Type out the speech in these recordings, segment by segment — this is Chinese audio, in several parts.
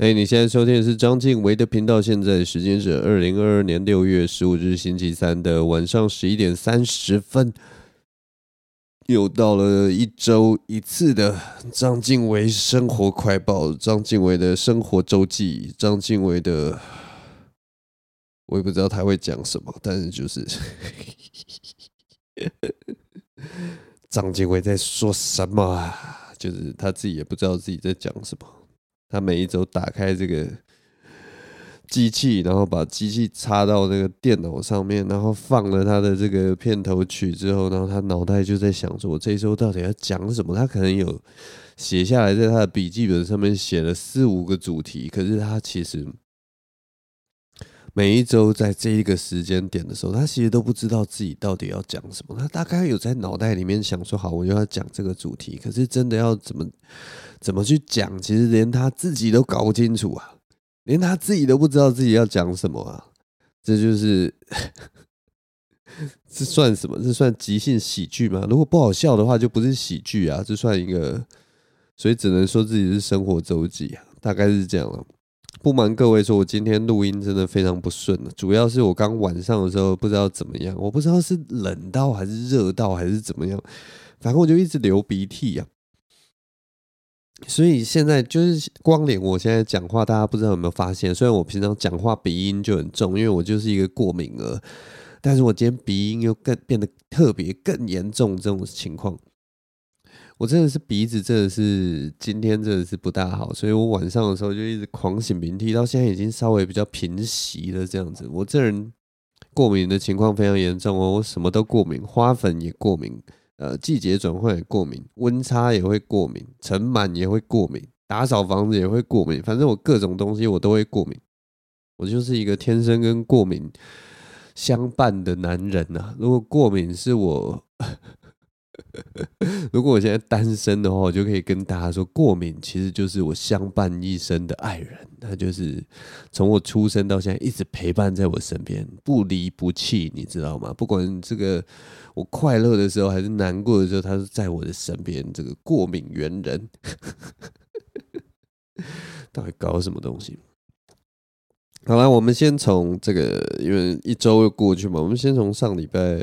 你现在收听的是张敬维的频道，现在时间是2022年6月15日星期三的晚上11点30分，又到了一周一次的张敬维生活快报，张敬维的生活周记，张敬维的，我也不知道他会讲什么，但是就是张敬维在说什么啊？就是他自己也不知道自己在讲什么。他每一周打开这个机器，然后把机器插到那个电脑上面，然后放了他的这个片头曲之后，然后他脑袋就在想说，我这一周到底要讲什么？他可能有写下来，在他的笔记本上面写了4-5个主题，可是他其实每一周在这一个时间点的时候，他其实都不知道自己到底要讲什么。他大概有在脑袋里面想说，好，我就要讲这个主题，可是真的要怎么去讲，其实连他自己都搞不清楚啊。连他自己都不知道自己要讲什么啊！这就是这算什么？这算即兴喜剧吗？如果不好笑的话，就不是喜剧啊，这算一个，所以只能说自己是生活周记啊，大概是这样了。不瞒各位说，我今天录音真的非常不顺了，主要是我刚晚上的时候不知道怎么样，我不知道是冷到还是热到还是怎么样，反正我就一直流鼻涕啊。所以现在就是光连我现在讲话，大家不知道有没有发现？虽然我平常讲话鼻音就很重，因为我就是一个过敏儿，但是我今天鼻音又变得特别更严重这种情况，我真的是鼻子真的是今天真的是不大好，所以我晚上的时候就一直狂擤鼻涕，到现在已经稍微比较平息了这样子。我这人过敏的情况非常严重哦，我什么都过敏，花粉也过敏。季节转换也过敏，温差也会过敏，尘螨也会过敏，打扫房子也会过敏，反正我各种东西我都会过敏。我就是一个天生跟过敏相伴的男人啊。如果过敏是我，如果我现在单身的话，我就可以跟大家说，过敏其实就是我相伴一生的爱人，他就是从我出生到现在一直陪伴在我身边，不离不弃，你知道吗？不管这个我快乐的时候还是难过的时候，他是在我的身边。这个过敏原人，到底搞什么东西？好了，我们先从这个，因为一周又过去嘛，我们先从上礼拜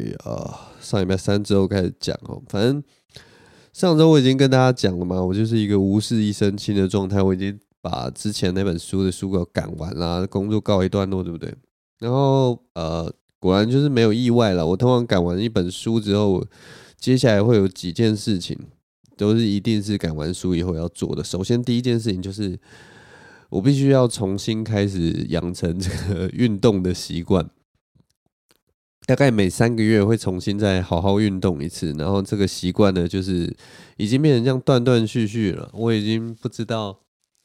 3之后开始讲哦。反正上周我已经跟大家讲了嘛，我就是一个无事一身轻的状态，我已经把之前那本书的书稿赶完啦，工作告一段落，对不对？然后果然就是没有意外了。我通常赶完一本书之后，接下来会有几件事情，都是一定是赶完书以后要做的。首先第一件事情就是，我必须要重新开始养成这个运动的习惯。大概每3个月会重新再好好运动一次，然后这个习惯呢，就是已经变成这样断断续续了。我已经不知道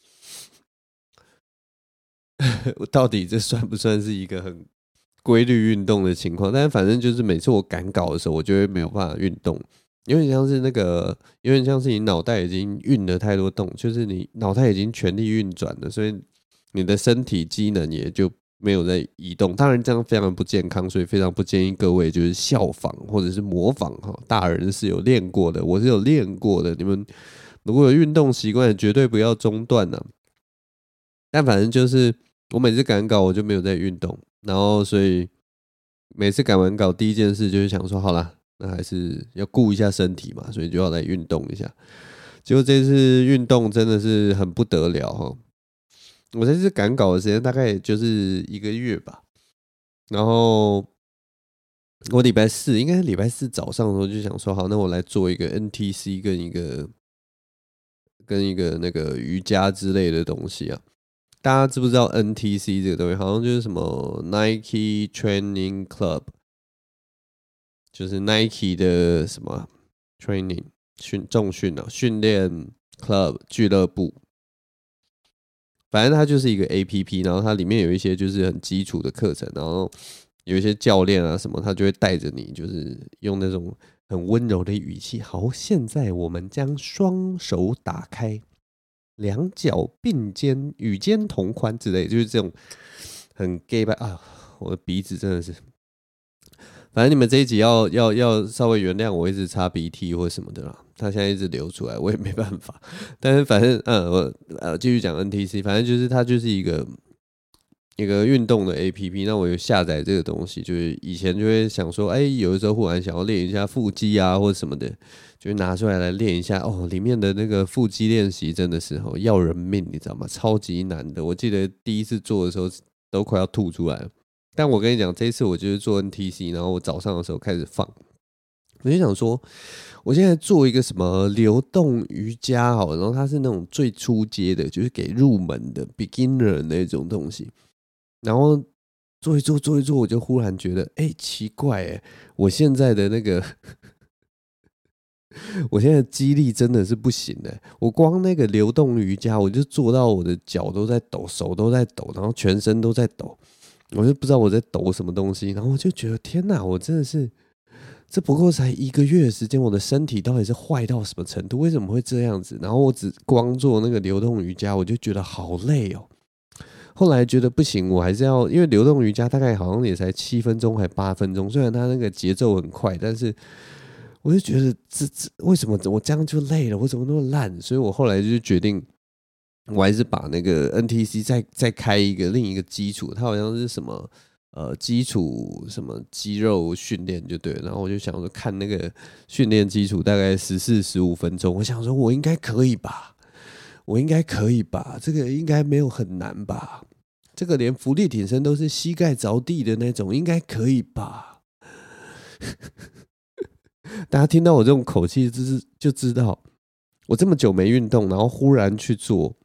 到底这算不算是一个很规律运动的情况，但是反正就是每次我赶稿的时候，我就会没有办法运动，有点像是有点像是你脑袋已经运了太多动，就是你脑袋已经全力运转了，所以你的身体机能也就没有在移动。当然这样非常不健康，所以非常不建议各位就是效仿或者是模仿哈。大人是有练过的，我是有练过的，你们如果有运动习惯，绝对不要中断啊。但反正就是我每次赶稿我就没有在运动。然后，所以每次赶完稿，第一件事就是想说，好啦，那还是要顾一下身体嘛，所以就要来运动一下。结果这次运动真的是很不得了哈！我这次赶稿的时间大概也就是1个月吧。然后我礼拜四，应该是礼拜四早上的时候就想说，好，那我来做一个 NTC 跟一个那个瑜伽之类的东西啊。大家知不知道 NTC 这个东西？好像就是什么 Nike Training Club， 就是 Nike 的什么 Training 重训啊，训练 Club 俱乐部。反正它就是一个 APP， 然后它里面有一些就是很基础的课程，然后有一些教练啊什么，他就会带着你，就是用那种很温柔的语气。好，现在我们将双手打开，两脚并肩，与肩同宽之类，就是这种很 gay 吧啊！我的鼻子真的是， 反正你们这一集要稍微原谅我一直擦鼻涕或什么的啦，他现在一直流出来，我也没办法。但是反正我继续讲 NTC， 反正就是它就是一个运动的 APP， 那我有下载这个东西，就是以前就会想说，有的时候忽然想要练一下腹肌啊或者什么的，就拿出来练一下。哦，里面的那个腹肌练习真的是要人命，你知道吗？超级难的。我记得第一次做的时候都快要吐出来了。但我跟你讲，这一次我就是做 NTC， 然后我早上的时候开始放，我就想说，我现在做一个什么流动瑜伽好了，然后它是那种最初阶的，就是给入门的 beginner 那种东西，然后做一做，我就忽然觉得，奇怪，我现在的那个我现在的肌力真的是不行的，我光那个流动瑜伽，我就做到我的脚都在抖，手都在抖，然后全身都在抖。我就不知道我在抖什么东西，然后我就觉得天哪，我真的是，这不过才1个月的时间，我的身体到底是坏到什么程度？为什么会这样子？然后我只光做那个流动瑜伽，我就觉得好累哦。后来觉得不行，我还是要，因为流动瑜伽大概好像也才7分钟还8分钟，虽然它那个节奏很快，但是我就觉得这为什么我这样就累了？我怎么那么烂？所以我后来就决定。我还是把那个 NTC 再开另一个基础，它好像是什么基础什么肌肉训练就对了，然后我就想说看那个训练基础大概14-15分钟，我想说我应该可以吧，这个应该没有很难吧，这个连伏地挺身都是膝盖着地的那种，应该可以吧。大家听到我这种口气就知道我这么久没运动，然后忽然去做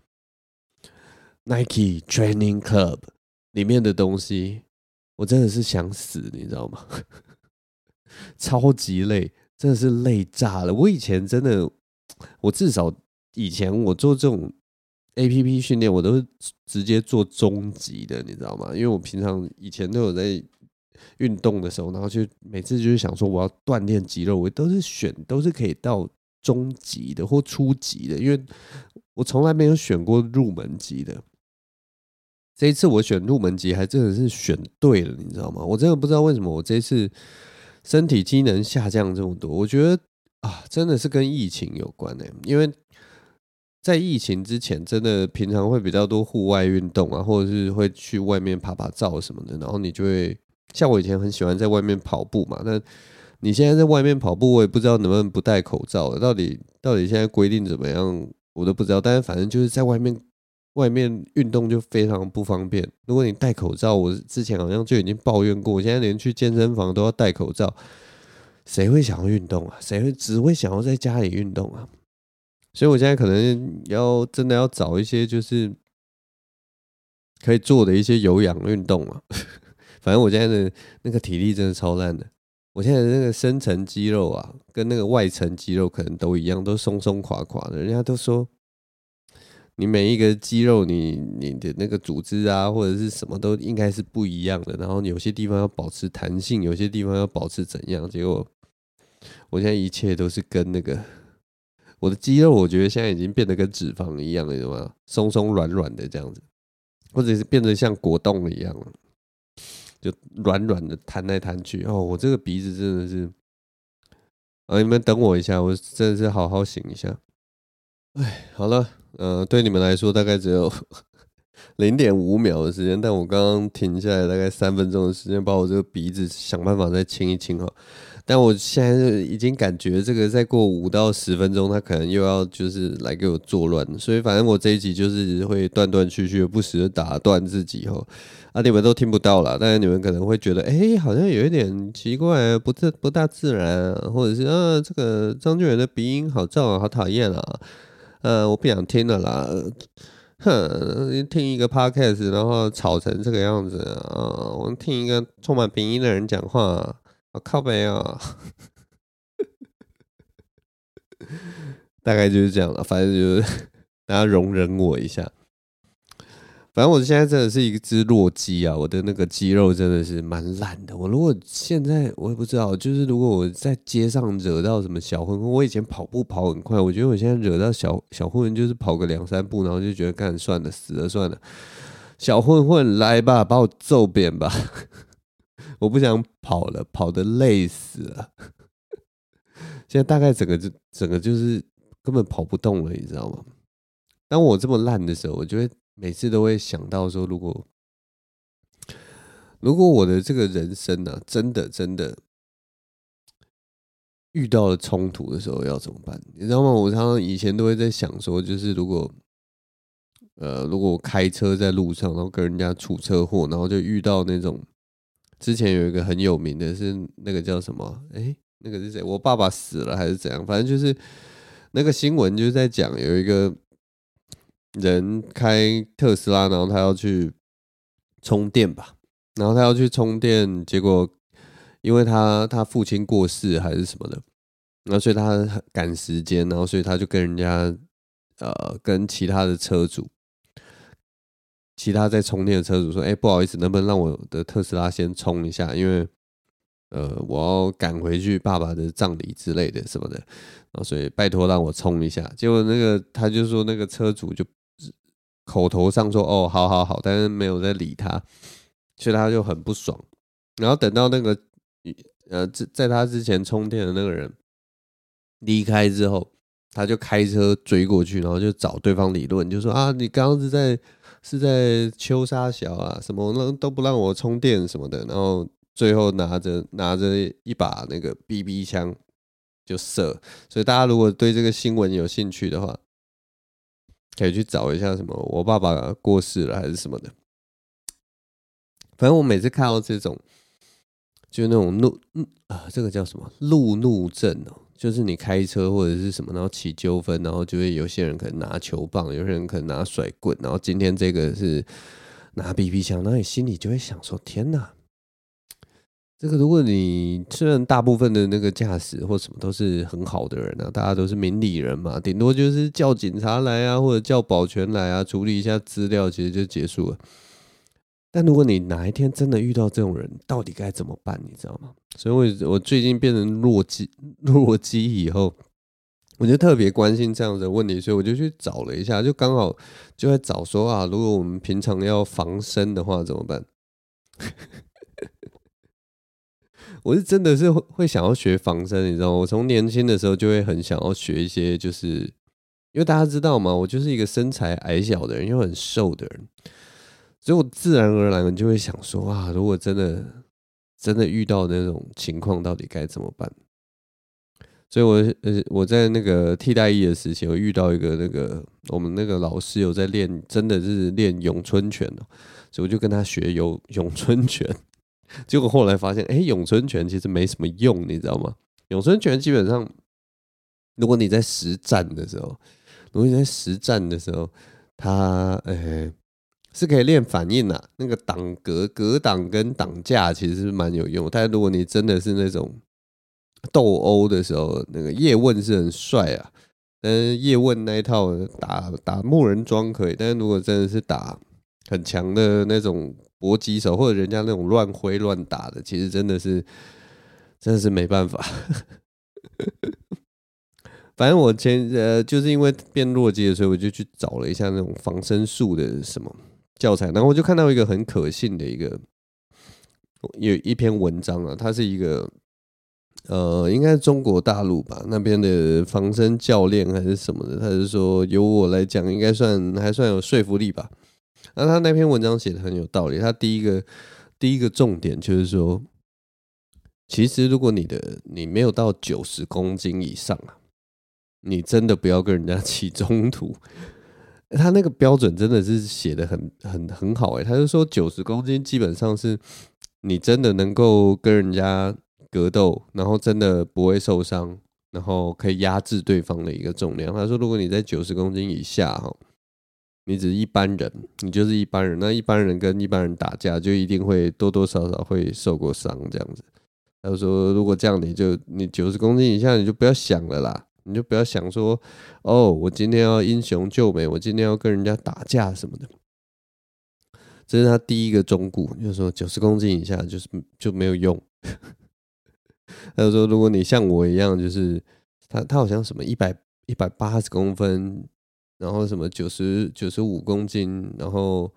Nike Training Club 里面的东西，我真的是想死，你知道吗？超级累，真的是累炸了。我以前真的，我至少以前我做这种 APP 训练，我都是直接做中级的，你知道吗？因为我平常以前都有在运动的时候，然后就每次就是想说我要锻炼肌肉，我都是可以到中级的或初级的，因为我从来没有选过入门级的。这一次我选入门级还真的是选对了，你知道吗？我真的不知道为什么我这一次身体机能下降这么多。我觉得真的是跟疫情有关因为在疫情之前，真的平常会比较多户外运动啊，或者是会去外面爬照什么的，然后你就会像我以前很喜欢在外面跑步嘛，那你现在在外面跑步，我也不知道能不能不戴口罩了，到底现在规定怎么样，我都不知道。但是反正就是在外面运动就非常不方便。如果你戴口罩，我之前好像就已经抱怨过，我现在连去健身房都要戴口罩，谁会想要运动啊？只会想要在家里运动啊？所以我现在可能真的要找一些就是可以做的一些有氧运动啊。反正我现在的那个体力真的超烂的，我现在的那个深层肌肉啊，跟那个外层肌肉可能都一样，都松松垮垮的。人家都说，你每一个肌肉你的那个组织啊，或者是什么都应该是不一样的。然后有些地方要保持弹性，有些地方要保持怎样。结果我现在一切都是跟那个我的肌肉，我觉得现在已经变得跟脂肪一样了，你知道吗？松松软软的这样子，或者是变得像果冻一样了。就软软的弹来弹去我这个鼻子真的是你们等我一下，我真的是好好醒一下。好了，对你们来说大概只有0.5秒的时间，但我刚刚停下来大概3分钟的时间，把我这个鼻子想办法再清一清但我现在已经感觉这个再过5到10分钟，他可能又要就是来给我作乱，所以反正我这一集就是会断断续续的不时的打断自己你们都听不到啦，但是你们可能会觉得好像有一点奇怪，不大自然或者是这个张俊元的鼻音好重好讨厌我不想听了啦。听一个 podcast 然后吵成这个样子我听一个充满鼻音的人讲话靠北大概就是这样了，反正就是大家容忍我一下。反正我现在真的是一只弱鸡我的那个肌肉真的是蛮烂的。我如果现在我也不知道，就是如果我在街上惹到什么小混混，我以前跑步跑很快，我觉得我现在惹到小混混就是跑个2-3步，然后就觉得干算了，死了算了，小混混来吧，把我揍扁吧。 我不想跑了，跑得累死了。现在大概整个就是根本跑不动了，你知道吗？当我这么烂的时候，我就会每次都会想到说，如果我的这个人生啊，真的遇到了冲突的时候要怎么办？你知道吗？我常常以前都会在想说，就是如果我开车在路上，然后跟人家出车祸，然后就遇到那种之前有一个很有名的是那个叫什么？那个是谁？我爸爸死了还是怎样？反正就是那个新闻就是在讲有一个人开特斯拉，然后他要去充电吧，然后他要去充电，结果因为他父亲过世还是什么的，然后所以他很赶时间，然后所以他就跟人家跟其他的车主。其他在充电的车主说：“不好意思，能不能让我的特斯拉先充一下？因为我要赶回去爸爸的葬礼之类的什么的，然后所以拜托让我充一下。”结果他就说那个车主就口头上说：“哦，好好好”，但是没有在理他，所以他就很不爽。然后等到那个在他之前充电的那个人离开之后，他就开车追过去，然后就找对方理论，就说啊，你刚刚是在秋沙小啊，什么都不让我充电什么的，然后最后拿着一把那个 BB 枪就射。所以大家如果对这个新闻有兴趣的话，可以去找一下什么我爸爸过世了还是什么的。反正我每次看到这种，就那种这个叫什么路怒症哦，就是你开车或者是什么，然后起纠纷，然后就会有些人可能拿球棒，有些人可能拿甩棍，然后今天这个是拿 BB 枪，然后你心里就会想说：天哪！这个如果你虽然大部分的那个驾驶或什么都是很好的人啊，大家都是明理人嘛，顶多就是叫警察来啊，或者叫保全来啊，处理一下资料，其实就结束了。但如果你哪一天真的遇到这种人，到底该怎么办？你知道吗？所以我最近变成弱鸡以后，我就特别关心这样的问题，所以我就去找了一下，就刚好就在找说啊，如果我们平常要防身的话怎么办？我是真的是会想要学防身，你知道吗？我从年轻的时候就会很想要学一些，就是因为大家知道嘛，我就是一个身材矮小的人，又很瘦的人，所以我自然而然就会想说啊，如果真的遇到那种情况，到底该怎么办？所以我在那个替代役的时期，我遇到一个我们那个老师有在练，真的是练咏春拳哦，所以我就跟他学咏春拳。结果后来发现，咏春拳其实没什么用，你知道吗？咏春拳基本上，如果你在实战的时候，它是可以练反应啦，那个格挡跟挡架其实是蛮有用的。但如果你真的是那种斗殴的时候，那个叶问是很帅啊，但是叶问那一套打木人桩可以，但是如果真的是打很强的那种搏击手，或者人家那种乱挥乱打的，其实真的是没办法。反正我就是因为变弱鸡了，所以我就去找了一下那种防身术的什么教材，然后我就看到一个很可信的有一篇文章啊，它是一个应该是中国大陆吧那边的防身教练还是什么的，他是说由我来讲应该还算有说服力吧。那他那篇文章写的很有道理，他第一个重点就是说，其实如果你没有到90公斤以上啊，你真的不要跟人家起冲突。他那个标准真的是写的很好他就说90公斤基本上是你真的能够跟人家格斗，然后真的不会受伤，然后可以压制对方的一个重量。他说，如果你在90公斤以下你只是一般人，你就是一般人，那一般人跟一般人打架，就一定会多多少少会受过伤这样子。他说，如果这样，你90公斤以下，你就不要想了啦，你就不要想说，哦，我今天要英雄救美，我今天要跟人家打架什么的。这是他第一个忠告，就是说90公斤以下就没有用。他就说，如果你像我一样，就是他好像什么180公分，然后什么95公斤，然后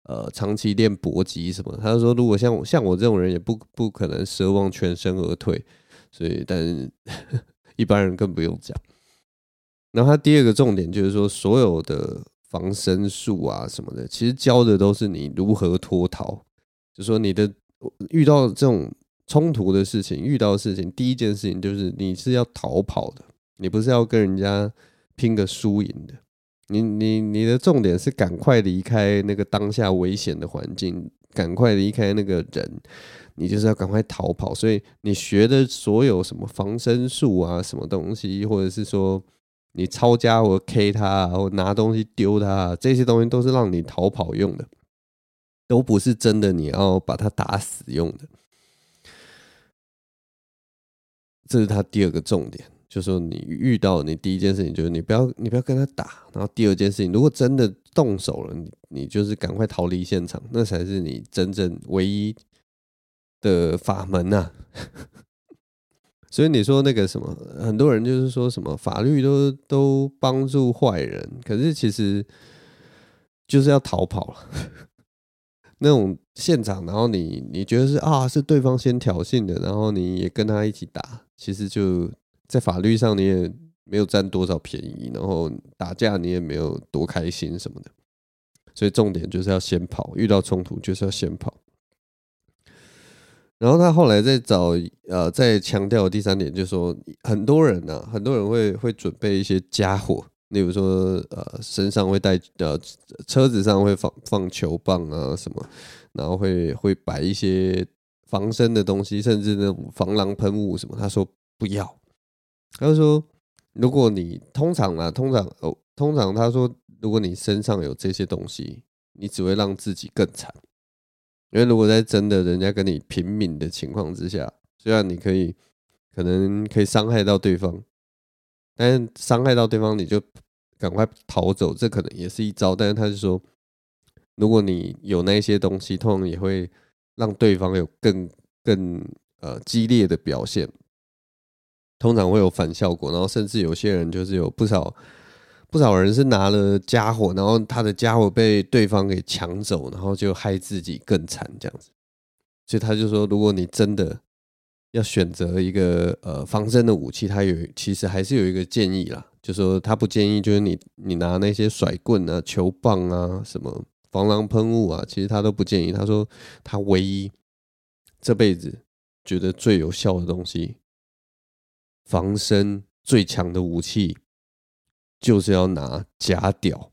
长期练搏击什么，他就说如果像我这种人也不可能奢望全身而退，所以但是一般人更不用讲。然后他第二个重点就是说，所有的防身术啊什么的，其实教的都是你如何脱逃。就说你的遇到这种冲突的事情，遇到的事情，第一件事情就是你是要逃跑的，你不是要跟人家拼个输赢的。你的重点是赶快离开那个当下危险的环境，赶快离开那个人，你就是要赶快逃跑。所以你学的所有什么防身术啊，什么东西，或者是说你抄家伙 K 他啊，或拿东西丢他啊，这些东西都是让你逃跑用的，都不是真的你要把他打死用的。这是他第二个重点，就是说你遇到你第一件事情就是你不要跟他打，然后第二件事情，如果真的动手了，你就是赶快逃离现场，那才是你真正唯一的法门啊。所以你说那个什么，很多人就是说什么法律都帮助坏人，可是其实就是要逃跑了。那种现场，然后你觉得是对方先挑衅的，然后你也跟他一起打，其实就在法律上你也没有占多少便宜，然后打架你也没有多开心什么的，所以重点就是要先跑，遇到冲突就是要先跑。然后他后来再强调的第三点，就是说很多人会准备一些家伙，例如说身上会带车子上会放球棒啊什么，然后会摆一些防身的东西，甚至那种防狼喷雾什么。他说不要，他就说如果你通常他说如果你身上有这些东西，你只会让自己更惨。因为如果在真的人家跟你平民的情况之下，虽然你可能可以伤害到对方，但是伤害到对方你就赶快逃走，这可能也是一招。但是他是说，如果你有那些东西，通常也会让对方有更激烈的表现，通常会有反效果。然后甚至有些人就是有不少人是拿了家伙，然后他的家伙被对方给抢走，然后就害自己更惨这样子。所以他就说，如果你真的要选择一个防身的武器，他其实还是有一个建议啦，就说他不建议就是你拿那些甩棍啊、球棒啊、什么防狼喷雾啊，其实他都不建议。他说他唯一这辈子觉得最有效的东西，防身最强的武器。就是要拿假屌，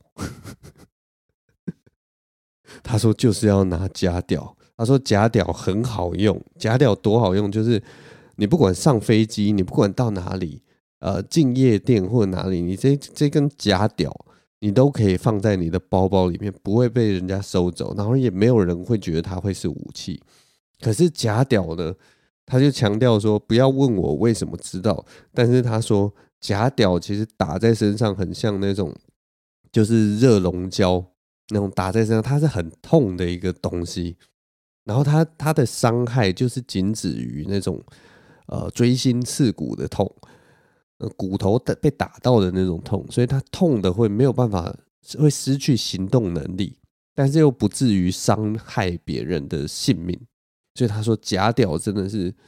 他说就是要拿假屌，他说假屌很好用，假屌多好用，就是你不管上飞机，你不管到哪里，进夜店或者哪里，你这根假屌，你都可以放在你的包包里面，不会被人家收走，然后也没有人会觉得它会是武器。可是假屌呢，他就强调说，不要问我为什么知道，但是他说。假屌其实打在身上很像那种，就是热熔胶那种打在身上，它是很痛的一个东西。然后它的伤害就是仅止于那种锥心刺骨的痛，骨头被打到的那种痛，所以它痛的会没有办法，会失去行动能力，但是又不至于伤害别人的性命。所以他说假屌真的是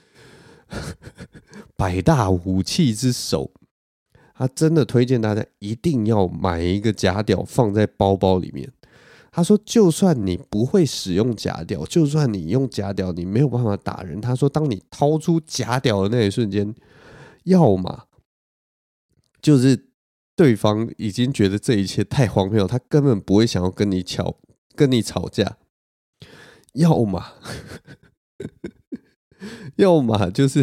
百大武器之首。他真的推荐大家一定要买一个假屌放在包包里面。他说，就算你不会使用假屌，就算你用假屌你没有办法打人，他说，当你掏出假屌的那一瞬间，要么就是对方已经觉得这一切太荒谬，他根本不会想要跟你吵架；要么要么就是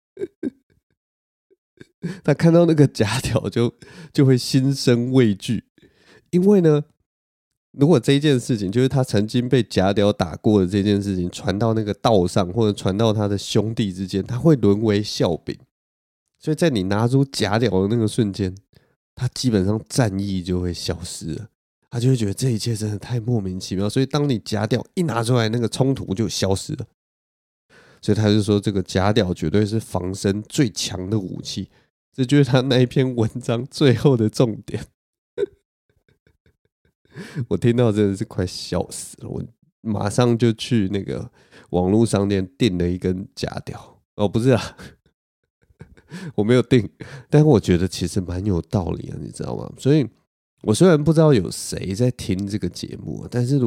他看到那个假屌就会心生畏惧，因为呢，如果这件事情就是他曾经被假屌打过的这件事情传到那个道上，或者传到他的兄弟之间，他会沦为笑柄。所以在你拿出假屌的那个瞬间，他基本上战意就会消失了，他就会觉得这一切真的太莫名其妙。所以当你假屌一拿出来，那个冲突就消失了。所以他就说，这个假屌绝对是防身最强的武器。这就是他那一篇文章最后的重点。 我听到真的是快笑死了，我马上就去那个网络商店订了一根假屌。哦，不是啊，我没有订，但我觉得其实蛮有道理的，你知道吗？所以我虽然不知道有谁在听这个节目，但是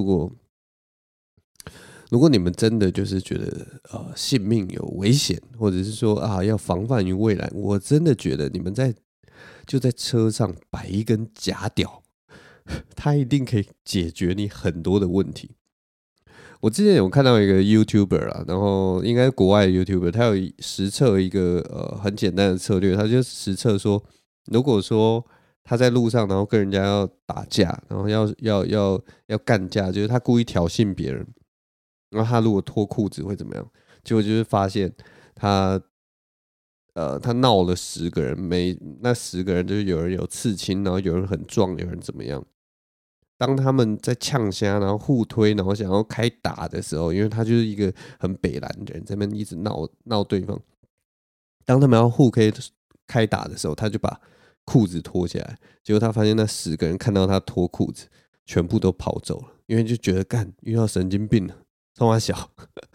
如果你们真的就是觉得性命有危险，或者是说要防范于未然，我真的觉得你们就在车上摆一根假屌，它一定可以解决你很多的问题。我之前有看到一个 YouTuber 啦，然后应该是国外的 YouTuber，他有实测一个很简单的策略，他就实测说，如果说他在路上，然后跟人家要打架，然后要干架，就是他故意挑衅别人，然后他如果脱裤子会怎么样？结果就是发现他他闹了10个人，那10个人就是有人有刺青，然后有人很壮，有人怎么样？当他们在呛虾，然后互推，然后想要开打的时候，因为他就是一个很北蓝的人，在那边一直闹对方。当他们要开打的时候，他就把裤子脱下来，结果他发现那10个人看到他脱裤子，全部都跑走了，因为就觉得干遇到神经病了，冲他小。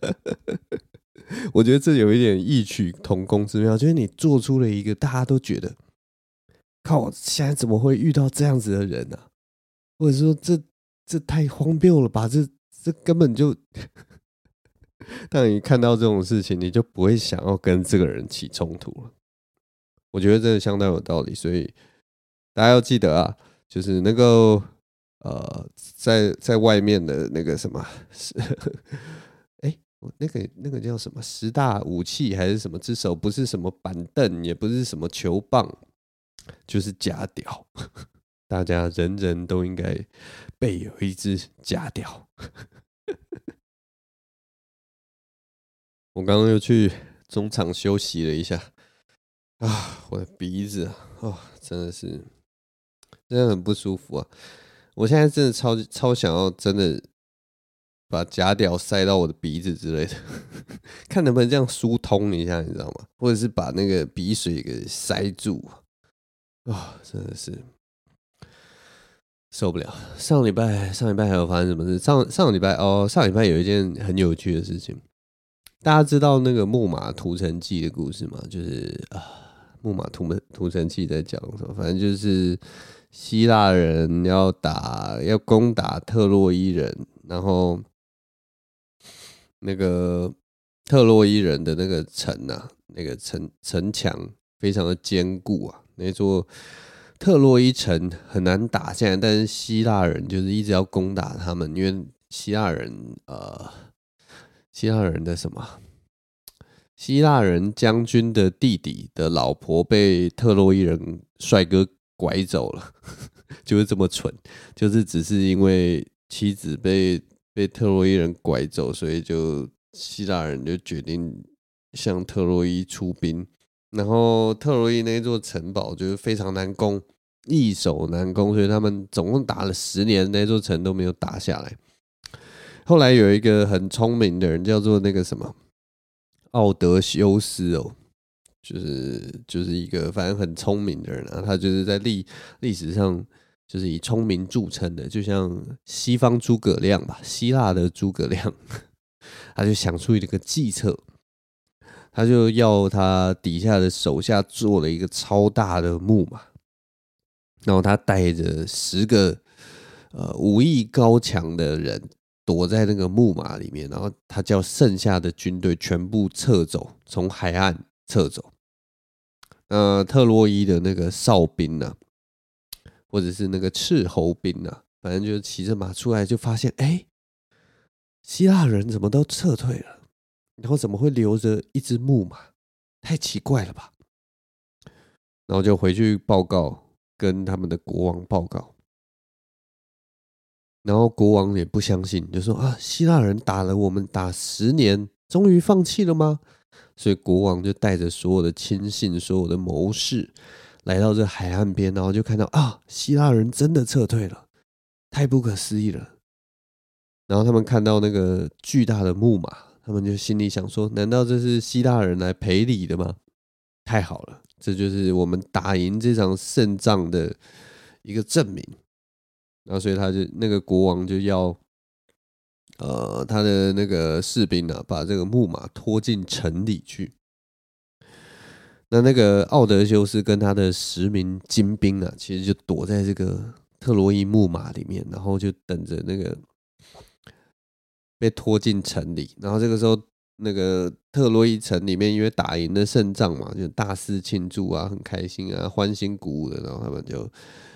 我觉得这有一点异曲同工之妙，就是你做出了一个大家都觉得，靠，现在怎么会遇到这样子的人呢、或者说这太荒谬了吧？这根本就，当你看到这种事情，你就不会想要跟这个人起冲突了。我觉得真的相当有道理，所以大家要记得啊，就是那个在外面的那个什么，哎，那个叫什么10大武器还是什么之首，不是什么板凳，也不是什么球棒，就是假屌。大家人人都应该备有一只假屌。我刚刚又去中场休息了一下我的鼻子真的很不舒服啊！我现在真的超想要真的把假屌塞到我的鼻子之类的，看能不能这样疏通一下，你知道吗？或者是把那个鼻水给塞住真的是受不了。上礼拜还有发生什么事？上礼拜有一件很有趣的事情。大家知道那个木马屠城记的故事吗？就是木马屠城记在讲什么？反正就是希腊人要攻打特洛伊人，然后那个特洛伊人的那个城那个城墙非常的坚固啊，那座特洛伊城很难打下来，但是希腊人就是一直要攻打他们，因为希腊人的什么？希腊人将军的弟弟的老婆被特洛伊人帅哥拐走了，就是这么蠢，就是只是因为妻子被特洛伊人拐走，所以希腊人就决定向特洛伊出兵，然后特洛伊那座城堡就是非常难攻，易守难攻，所以他们总共打了10年，那座城都没有打下来。后来有一个很聪明的人，叫做那个什么奥德修斯就是一个反正很聪明的人啊，他就是在历史上就是以聪明著称的，就像西方诸葛亮吧，希腊的诸葛亮，他就想出一个计策，他就要他底下的手下做了一个超大的木马，然后他带着10个武艺高强的人躲在那个木马里面，然后他叫剩下的军队全部撤走，从海岸撤走。特洛伊的那个哨兵或者是那个斥候兵反正就骑着马出来，就发现希腊人怎么都撤退了，然后怎么会留着一只木马？太奇怪了吧！然后就回去报告，跟他们的国王报告。然后国王也不相信，就说希腊人打了我们10年，终于放弃了吗？所以国王就带着所有的亲信、所有的谋士来到这海岸边，然后就看到希腊人真的撤退了，太不可思议了。然后他们看到那个巨大的木马，他们就心里想说：难道这是希腊人来赔礼的吗？太好了，这就是我们打赢这场胜仗的一个证明。 然后所以他就那个国王就要他的那个士兵啊，把这个木马拖进城里去。那个奥德修斯跟他的10名精兵啊，其实就躲在这个特洛伊木马里面，然后就等着那个被拖进城里。然后这个时候，那个特洛伊城里面因为打赢了胜仗嘛，就大肆庆祝啊，很开心啊，欢欣鼓舞的。然后他们就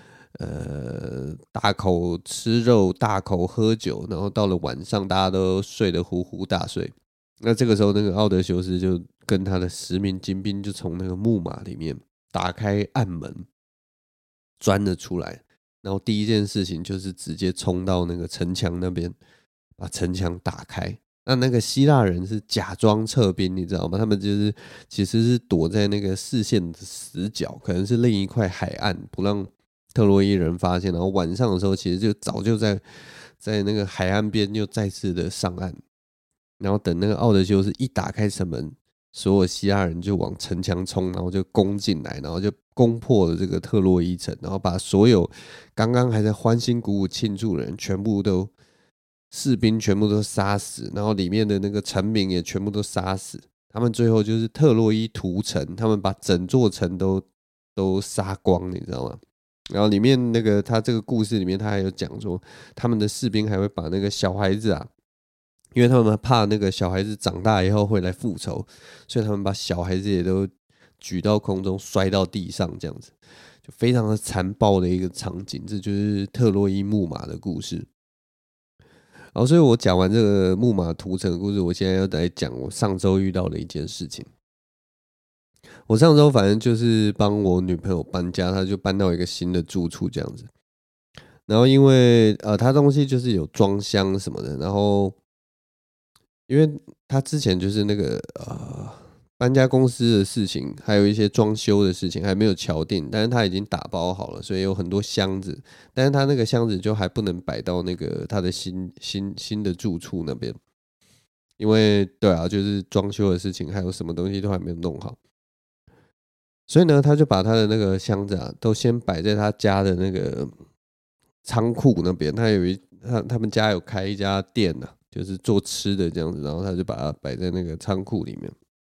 大口吃肉，大口喝酒，然后到了晚上，大家都睡得呼呼大睡。那这个时候，那个奥德修斯就跟他的10名精兵就从那个木马里面打开暗门，钻了出来。然后第一件事情就是直接冲到那个城墙那边，把城墙打开。那个希腊人是假装撤兵，你知道吗？他们就是其实是躲在那个视线的死角，可能是另一块海岸，不让特洛伊人发现。然后晚上的时候，其实就早就在那个海岸边又再次的上岸。然后等那个奥德修斯一打开城门，所有希腊人就往城墙冲，然后就攻进来，然后就攻破了这个特洛伊城，然后把所有刚刚还在欢欣鼓舞庆祝的人士兵全部都杀死，然后里面的那个臣民也全部都杀死。他们最后就是特洛伊屠城，他们把整座城都杀光，你知道吗？然后里面那个他这个故事里面，他还有讲说，他们的士兵还会把那个小孩子啊。因为他们怕那个小孩子长大以后会来复仇，所以他们把小孩子也都举到空中摔到地上，这样子就非常的残暴的一个场景。这就是特洛伊木马的故事。然后，所以我讲完这个木马屠城的故事，我现在要来讲我上周遇到的一件事情。我上周反正就是帮我女朋友搬家，她就搬到一个新的住处这样子。然后因为她东西就是有装箱什么的，然后因为他之前就是那个搬家公司的事情，还有一些装修的事情还没有敲定，但是他已经打包好了，所以有很多箱子，但是他那个箱子就还不能摆到那个他的新的住处那边，因为对啊，就是装修的事情，还有什么东西都还没有弄好，所以呢，他就把他的那个箱子啊，都先摆在他家的那个仓库那边，他们家有开一家店啊，就是做吃的这样子，然后他就把它摆在那个仓库里面。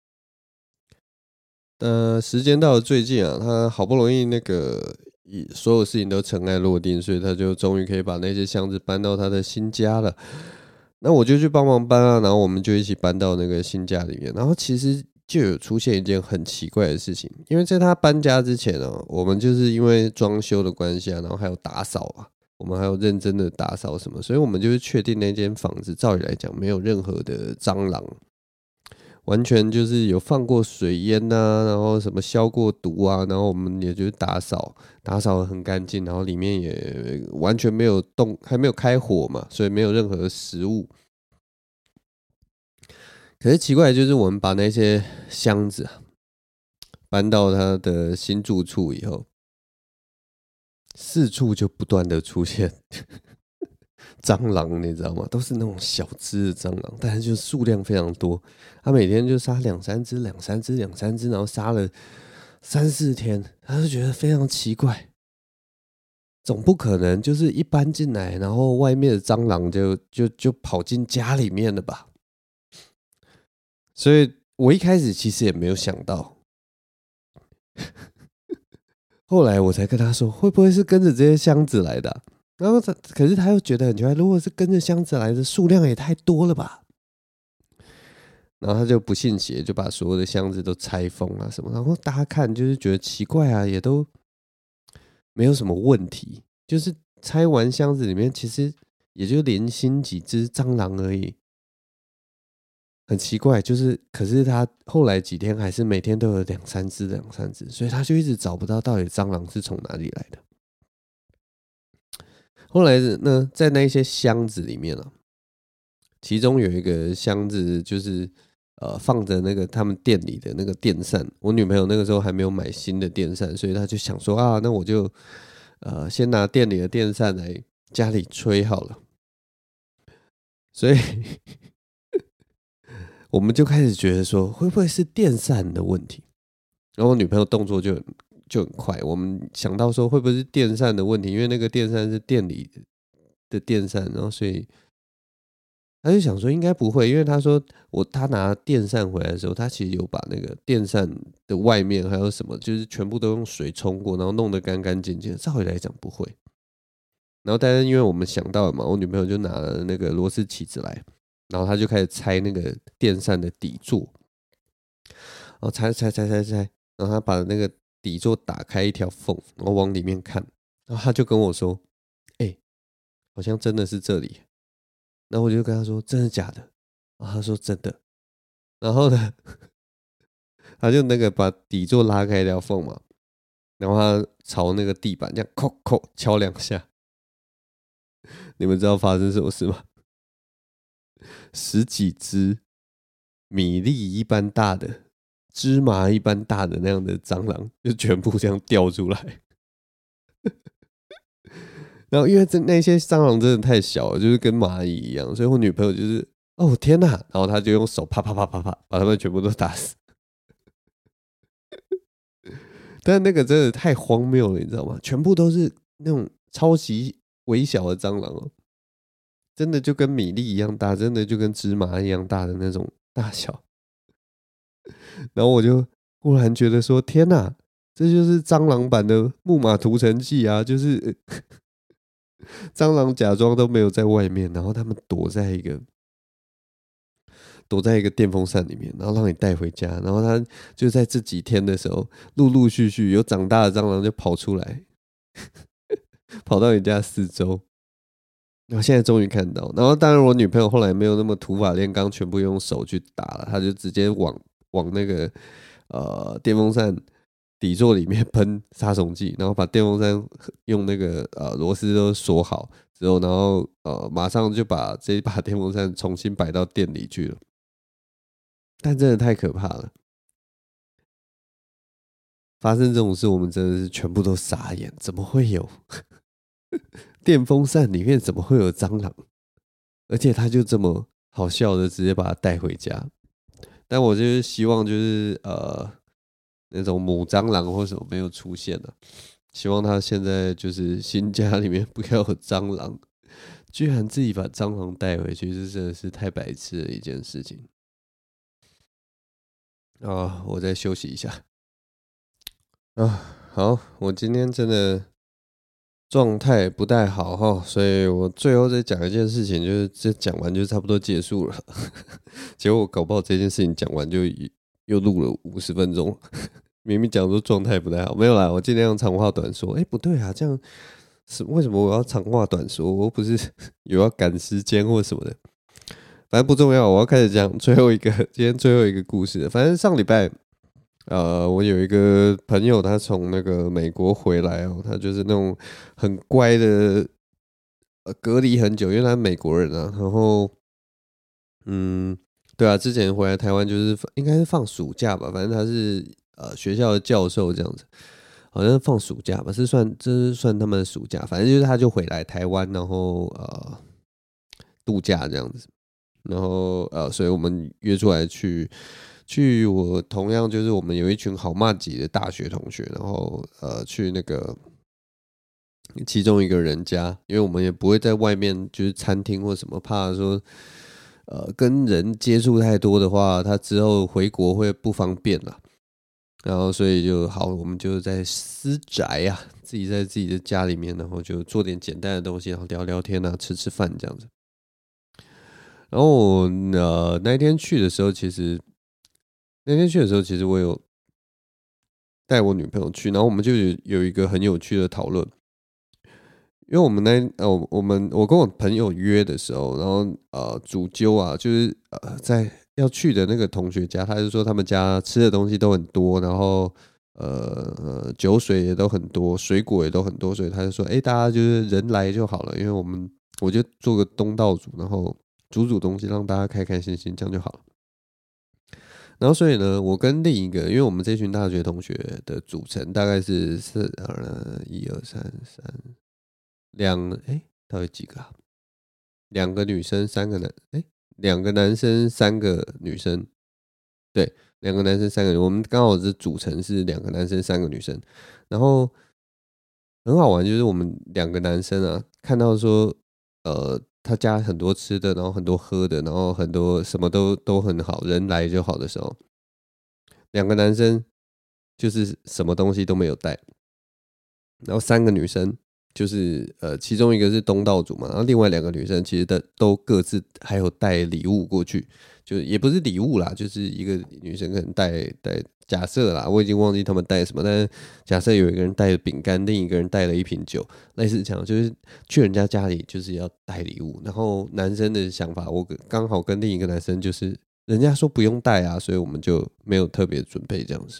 时间到了最近啊，他好不容易那个所有事情都尘埃落定，所以他就终于可以把那些箱子搬到他的新家了。那我就去帮忙搬啊，然后我们就一起搬到那个新家里面。然后其实就有出现一件很奇怪的事情，因为在他搬家之前啊，我们就是因为装修的关系啊，然后还有打扫啊，我们还有认真的打扫什么，所以我们就是确定那间房子照理来讲没有任何的蟑螂，完全就是有放过水烟啊，然后什么消过毒啊，然后我们也就是打扫得很干净，然后里面也完全没有还没有开火嘛，所以没有任何的食物。可是奇怪的就是我们把那些箱子啊搬到他的新住处以后，四处就不断的出现蟑螂，你知道吗？都是那种小只的蟑螂，但是就数量非常多。他每天就杀两三只，然后杀了3-4天，他就觉得非常奇怪，总不可能就是一搬进来，然后外面的蟑螂就跑进家里面了吧？所以我一开始其实也没有想到，后来我才跟他说，会不会是跟着这些箱子来的啊？然后可是他又觉得很奇怪，如果是跟着箱子来的，数量也太多了吧？然后他就不信邪，就把所有的箱子都拆封啊什么，然后大家看就是觉得奇怪啊，也都没有什么问题，就是拆完箱子里面其实也就零星几只蟑螂而已，很奇怪。就是可是他后来几天还是每天都有两三只，所以他就一直找不到到底蟑螂是从哪里来的。后来呢，在那些箱子里面啊，其中有一个箱子就是放着那个他们店里的那个电扇。我女朋友那个时候还没有买新的电扇，所以她就想说啊，那我就先拿店里的电扇来家里吹好了。所以我们就开始觉得说，会不会是电扇的问题？然后我女朋友动作就很快，我们想到说会不会是电扇的问题，因为那个电扇是店里的电扇，然后所以他就想说应该不会，因为他说他拿电扇回来的时候，他其实有把那个电扇的外面还有什么，就是全部都用水冲过，然后弄得干干净净。照理来讲不会。然后但是因为我们想到了嘛，我女朋友就拿了那个螺丝起子来，然后他就开始拆那个电扇的底座，然后拆，然后他把那个底座打开一条缝，然后往里面看，然后他就跟我说：“哎、好像真的是这里。”然后我就跟他说：“真的假的？”然后他说：“真的。”然后呢，他就那个把底座拉开一条缝嘛，然后他朝那个地板这样叩叩敲两下。你们知道发生什么事吗？十几只米粒一般大的、芝麻一般大的那样的蟑螂，就全部这样掉出来。然后因为那些蟑螂真的太小了，就是跟蚂蚁一样，所以我女朋友就是哦天哪，然后她就用手啪啪啪啪啪把它们全部都打死。但那个真的太荒谬了，你知道吗？全部都是那种超级微小的蟑螂哦，真的就跟米粒一样大，真的就跟芝麻一样大的那种大小。然后我就忽然觉得说，天哪，这就是蟑螂版的木马屠城记啊！就是蟑螂假装都没有在外面，然后他们躲在一个电风扇里面，然后让你带回家。然后他就在这几天的时候，陆陆续续有长大的蟑螂就跑出来，跑到你家四周。然后现在终于看到，然后当然我女朋友后来没有那么土法炼钢，全部用手去打了，她就直接往那个电风扇底座里面喷杀虫剂，然后把电风扇用那个螺丝都锁好之后，然后马上就把这一把电风扇重新摆到店里去了。但真的太可怕了，发生这种事我们真的是全部都傻眼，怎么会有电风扇里面怎么会有蟑螂？而且他就这么好笑的直接把它带回家。但我就是希望就是那种母蟑螂或什么没有出现了，希望他现在就是新家里面不要有蟑螂。居然自己把蟑螂带回去，这真的是太白痴的一件事情啊！我再休息一下啊。好，我今天真的状态不太好哈，所以我最后再讲一件事情，就是这讲完就差不多结束了。结果我搞不好这件事情讲完就又录了50分钟，明明讲说状态不太好，没有啦，我尽量用长话短说。不对啊，这样是为什么我要长话短说？我又不是有要赶时间或什么的，反正不重要。我要开始讲今天最后一个故事了。反正上礼拜。我有一个朋友，他从那个美国回来哦，他就是那种很乖的，隔离很久，因为他是美国人啊。然后，对啊，之前回来台湾就是应该是放暑假吧，反正他是学校的教授这样子，好像是放暑假吧，这是算他们的暑假，反正就是他就回来台湾，然后度假这样子。然后所以我们约出来去我同样就是我们有一群好骂级的大学同学，然后去那个其中一个人家，因为我们也不会在外面就是餐厅或什么，怕说跟人接触太多的话，他之后回国会不方便啦。然后所以就好，我们就在私宅啊，自己在自己的家里面，然后就做点简单的东西，然后聊聊天啊，吃吃饭这样子。然后我那天去的时候，其实我有带我女朋友去，然后我们就有一个很有趣的讨论，因为我们我跟我朋友约的时候，然后主揪啊，就是在要去的那个同学家，他就说他们家吃的东西都很多，然后酒水也都很多，水果也都很多，所以他就说，大家就是人来就好了，因为我就做个东道主，然后煮东西让大家开开心心，这样就好了。然后所以呢，我跟另一个，因为我们这群大学同学的组成大概是一二三到底几个啊？两个女生，两个男生，三个女生，对，两个男生，三个女生，我们刚好是组成是两个男生，三个女生。然后很好玩，就是我们两个男生啊，看到说他家很多吃的，然后很多喝的，然后很多什么都很好，人来就好的时候，两个男生就是什么东西都没有带，然后三个女生就是其中一个是东道主嘛，然后另外两个女生其实都各自还有带礼物过去，就也不是礼物啦，就是一个女生可能带假设啦，我已经忘记他们带什么，但是假设有一个人带了饼干，另一个人带了一瓶酒，类似这样，就是去人家家里就是要带礼物，然后男生的想法，我刚好跟另一个男生就是人家说不用带啊，所以我们就没有特别准备这样子。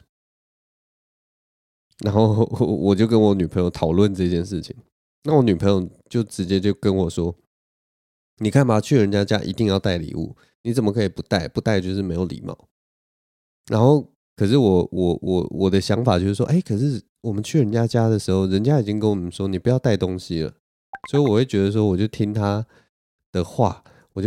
然后我就跟我女朋友讨论这件事情，那我女朋友就直接就跟我说：“你干嘛去人家家一定要带礼物？你怎么可以不带？不带就是没有礼貌。”然后，可是我的想法就是说，哎，可是我们去人家家的时候，人家已经跟我们说你不要带东西了，所以我会觉得说，我就听他的话，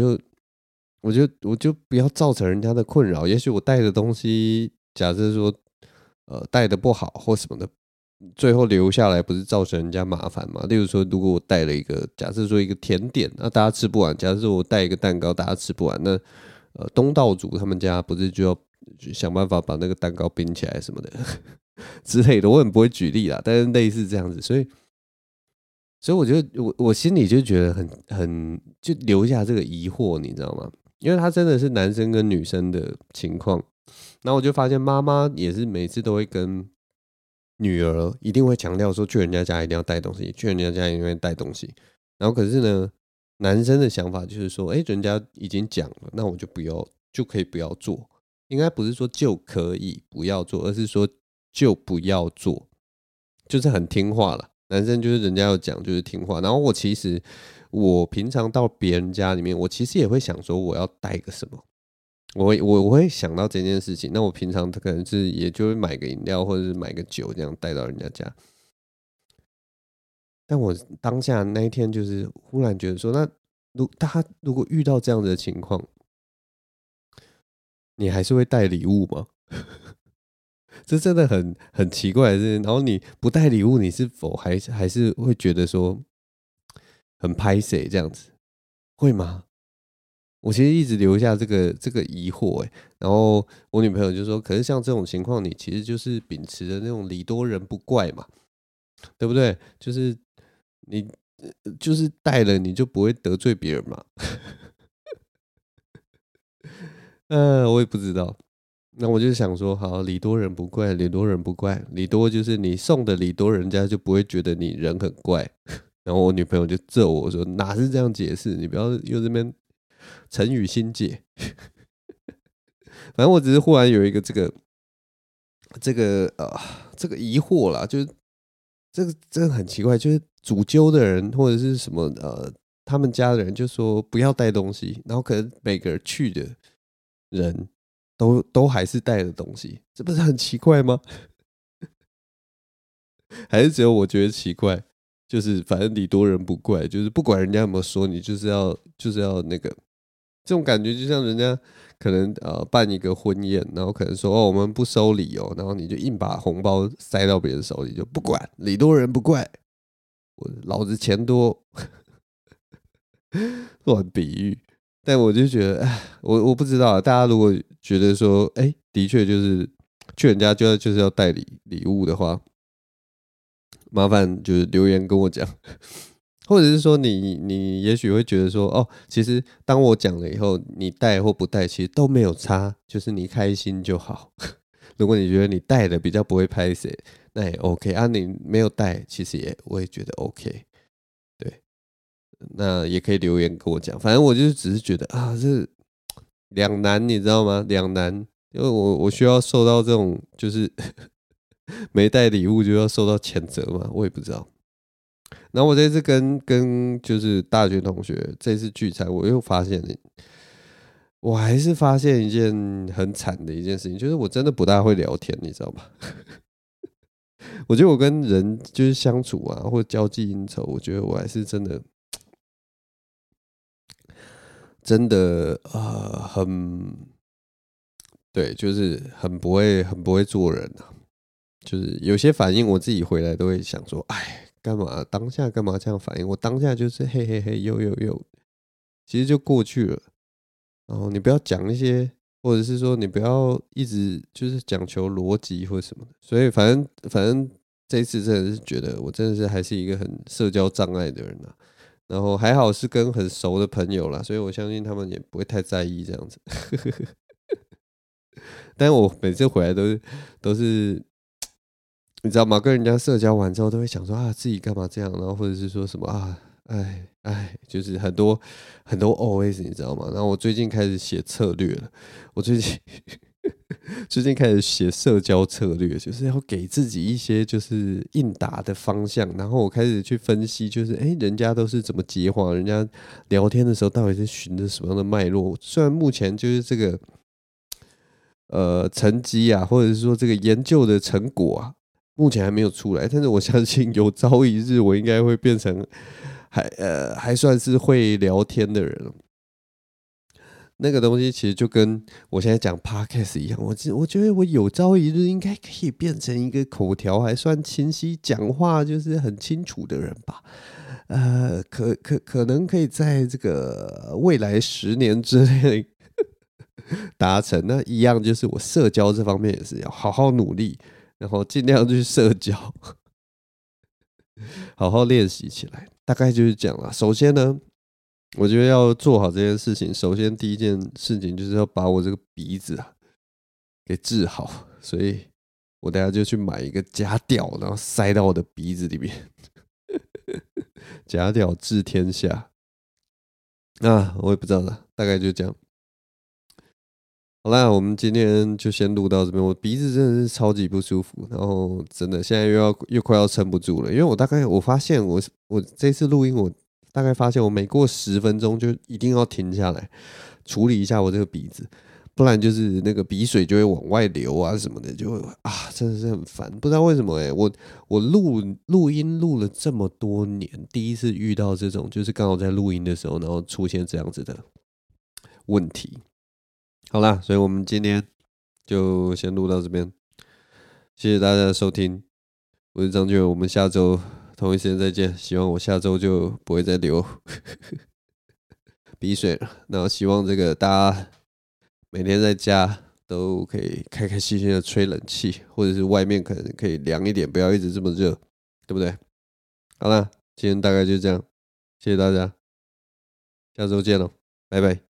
我就不要造成人家的困扰。也许我带的东西，假设说带的不好或什么的，最后留下来不是造成人家麻烦吗？例如说，如果我带了一个，假设说一个甜点，那大家吃不完；假设说我带一个蛋糕，大家吃不完，那东道主他们家不是就要想办法把那个蛋糕冰起来什么的之类的？我很不会举例啦，但是类似这样子，所以我就我心里就觉得就留下这个疑惑，你知道吗？因为他真的是男生跟女生的情况，然后我就发现妈妈也是每次都会跟女儿一定会强调说，去人家家一定要带东西，去人家家一定会带东西。然后可是呢，男生的想法就是说，哎，人家已经讲了，那我就不要，就可以不要做。应该不是说就可以不要做，而是说就不要做，就是很听话了。男生就是人家要讲就是听话。然后我平常到别人家里面，我其实也会想说我要带个什么。我会想到这件事情，那我平常可能是也就会买个饮料或者是买个酒这样带到人家家。但我当下那一天就是忽然觉得说，那他如果遇到这样的情况，你还是会带礼物吗？这真的很奇怪的事情。然后你不带礼物，你是否还是会觉得说很拍谁这样子，会吗？我其实一直留下这个疑惑，然后我女朋友就说：“可是像这种情况，你其实就是秉持的那种礼多人不怪嘛，对不对？就是你就是带了，你就不会得罪别人嘛。我也不知道。那我就想说，好，礼多人不怪，礼多人不怪，礼多就是你送的礼多，人家就不会觉得你人很怪。然后我女朋友就揍我说：哪是这样解释？你不要又这边成语心解。反正我只是忽然有一个这个疑惑啦，就是这个很奇怪，就是主揪的人或者是什么他们家的人就说不要带东西，然后可能每个人去的人都还是带了东西，这不是很奇怪吗？还是只有我觉得奇怪？就是反正礼多人不怪，就是不管人家有没有说，你就是要那个这种感觉，就像人家可能办一个婚宴，然后可能说我们不收礼哦，然后你就硬把红包塞到别人手里，就不管礼多人不怪，老子钱多，乱比喻。但我就觉得，哎，我不知道啊，大家如果觉得说，哎，的确就是去人家就是要带礼物的话，麻烦就是留言跟我讲。或者是说你也许会觉得说，哦，其实当我讲了以后，你带或不带其实都没有差，就是你开心就好。如果你觉得你带的比较不会拍谁，那也 OK 啊。你没有带，其实我也觉得 OK。对，那也可以留言跟我讲。反正我就只是觉得啊，这两难，你知道吗？两难，因为我需要受到这种就是没带礼物就要受到谴责嘛，我也不知道。然后我这次跟就是大学同学这次聚餐，我又发现，我还是发现一件很惨的一件事情，就是我真的不大会聊天，你知道吗？我觉得我跟人就是相处啊，或者交际应酬，我觉得我还是真的很对，就是很不会做人啊。就是有些反应，我自己回来都会想说，哎， 干嘛？当下干嘛这样反应？我当下就是嘿嘿嘿，有，其实就过去了。然后你不要讲一些，或者是说你不要一直就是讲求逻辑或什么的。所以反正这一次真的是觉得我真的是还是一个很社交障碍的人啊。然后还好是跟很熟的朋友啦，所以我相信他们也不会太在意这样子。但是我每次回来都是你知道吗？跟人家社交完之后，都会想说啊，自己干嘛这样，然后或者是说什么啊，就是很多 OS， 你知道吗？然后我最近开始写策略了，我最近最近开始写社交策略，就是要给自己一些就是应答的方向，然后我开始去分析，就是人家都是怎么接话，人家聊天的时候到底是循着什么样的脉络？虽然目前就是这个成绩啊，或者是说这个研究的成果啊，目前还没有出来，但是我相信有朝一日我应该会变成还算是会聊天的人了。那个东西其实就跟我现在讲 podcast 一样，我觉得我有朝一日应该可以变成一个口条还算清晰、讲话就是很清楚的人吧。可能可以在这个未来10年之内达成。那一样就是我社交这方面也是要好好努力，然后尽量去社交，好好练习起来。大概就是这样啦。首先呢，我觉得要做好这件事情，首先第一件事情就是要把我这个鼻子啊给治好，所以我等下就去买一个假屌，然后塞到我的鼻子里面，假屌治天下。我也不知道了，大概就这样。好啦，我们今天就先录到这边。我鼻子真的是超级不舒服，然后真的现在又快要撑不住了，因为我发现我这次录音，我大概发现我每过10分钟就一定要停下来处理一下我这个鼻子，不然就是那个鼻水就会往外流啊什么的，就真的是很烦。不知道为什么我录音录了这么多年，第一次遇到这种就是刚好在录音的时候，然后出现这样子的问题。好啦，所以我们今天就先录到这边，谢谢大家的收听，我是张俊，我们下周同一时间再见，希望我下周就不会再流鼻水了，然后希望这个大家每天在家都可以开开心心的吹冷气，或者是外面可能可以凉一点，不要一直这么热，对不对？好啦，今天大概就这样，谢谢大家，下周见喽，拜拜。